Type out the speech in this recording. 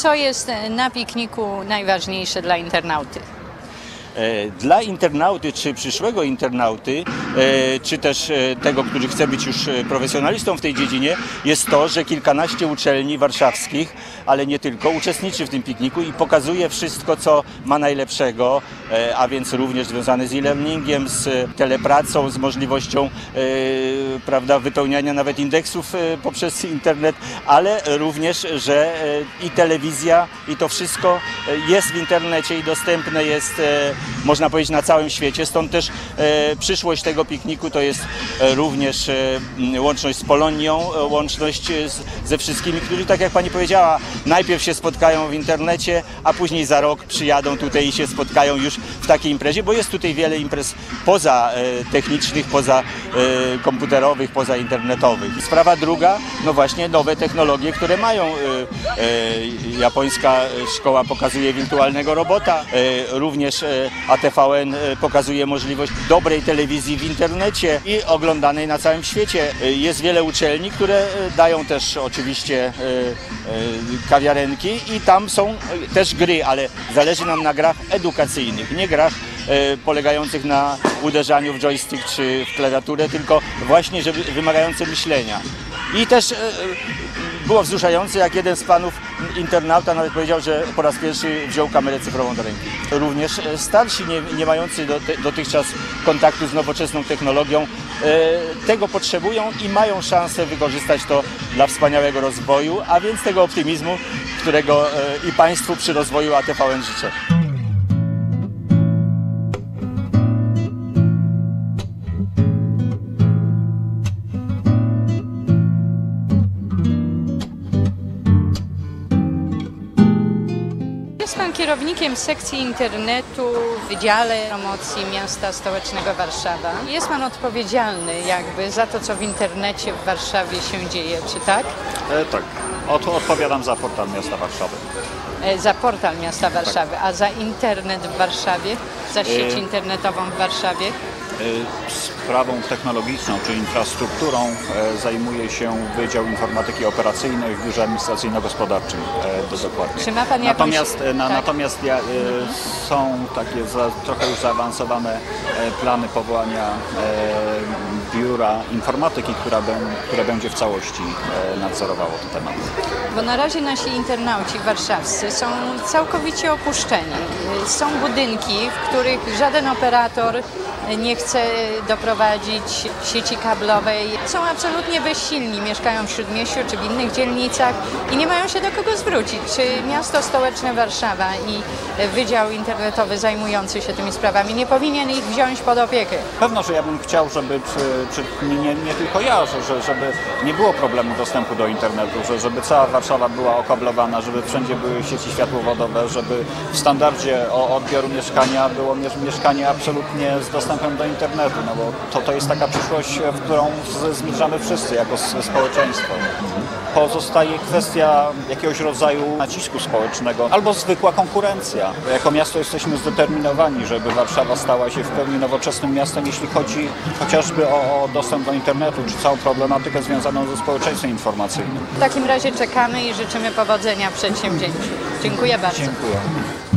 Co jest na pikniku najważniejsze dla internauty? Dla internauty, czy przyszłego internauty, czy też tego, który chce być już profesjonalistą w tej dziedzinie, jest to, że kilkanaście uczelni warszawskich, ale nie tylko, uczestniczy w tym pikniku i pokazuje wszystko, co ma najlepszego, a więc również związane z e-learningiem, z telepracą, z możliwością prawda, wypełniania nawet indeksów poprzez internet, ale również, że i telewizja, i to wszystko jest w internecie i dostępne jest, można powiedzieć, na całym świecie. Stąd też przyszłość tego pikniku to jest również łączność z Polonią, łączność ze wszystkimi, którzy, tak jak pani powiedziała, najpierw się spotkają w internecie, a później za rok przyjadą tutaj i się spotkają już w takiej imprezie, bo jest tutaj wiele imprez poza technicznych, poza komputerowych, poza internetowych. Sprawa druga, no właśnie nowe technologie, które mają. Japońska szkoła pokazuje wirtualnego robota, również ATVN pokazuje możliwość dobrej telewizji w internecie i oglądanej na całym świecie. Jest wiele uczelni, które dają też oczywiście kawiarenki i tam są też gry, ale zależy nam na grach edukacyjnych, nie grach polegających na uderzaniu w joystick czy w klawiaturę, tylko właśnie wymagające myślenia. I też było wzruszające, jak jeden z panów internauta nawet powiedział, że po raz pierwszy wziął kamerę cyfrową do ręki. Również starsi, nie mający dotychczas kontaktu z nowoczesną technologią, tego potrzebują i mają szansę wykorzystać to dla wspaniałego rozwoju, a więc tego optymizmu, którego i państwu przy rozwoju ATVN życzę. Jest pan kierownikiem sekcji internetu w Wydziale Promocji Miasta Stołecznego Warszawa. Jest pan odpowiedzialny jakby za to, co w internecie w Warszawie się dzieje, czy tak? Tak. Odpowiadam za portal Miasta Warszawy. Za portal Miasta Warszawy, a za internet w Warszawie, za sieć internetową w Warszawie? Sprawą technologiczną, czy infrastrukturą zajmuje się Wydział Informatyki Operacyjnej w Biurze Administracyjno-Gospodarczym, dokładnie. Czy ma pan jakąś... Natomiast są takie trochę już zaawansowane plany powołania Biura Informatyki, które będzie w całości nadzorowało te tematy. Bo na razie nasi internauci warszawscy są całkowicie opuszczeni. Są budynki, w których żaden operator nie chce doprowadzić sieci kablowej. Są absolutnie bezsilni, mieszkają w Śródmieściu czy w innych dzielnicach i nie mają się do kogo zwrócić. Czy Miasto Stołeczne Warszawa i Wydział Internetowy zajmujący się tymi sprawami nie powinien ich wziąć pod opiekę? Pewno, że ja bym chciał, żeby nie tylko ja, żeby nie było problemu dostępu do internetu, żeby cała Warszawa była okablowana, żeby wszędzie były sieci światłowodowe, żeby w standardzie odbioru mieszkania było mieszkanie absolutnie z dostępem do internetu, no bo to jest taka przyszłość, w którą zmierzamy wszyscy jako społeczeństwo. Pozostaje kwestia jakiegoś rodzaju nacisku społecznego albo zwykła konkurencja. Jako miasto jesteśmy zdeterminowani, żeby Warszawa stała się w pełni nowoczesnym miastem, jeśli chodzi chociażby o dostęp do internetu, czy całą problematykę związaną ze społeczeństwem informacyjnym. W takim razie czekamy i życzymy powodzenia w przedsięwzięciu. Dziękuję bardzo. Dziękuję.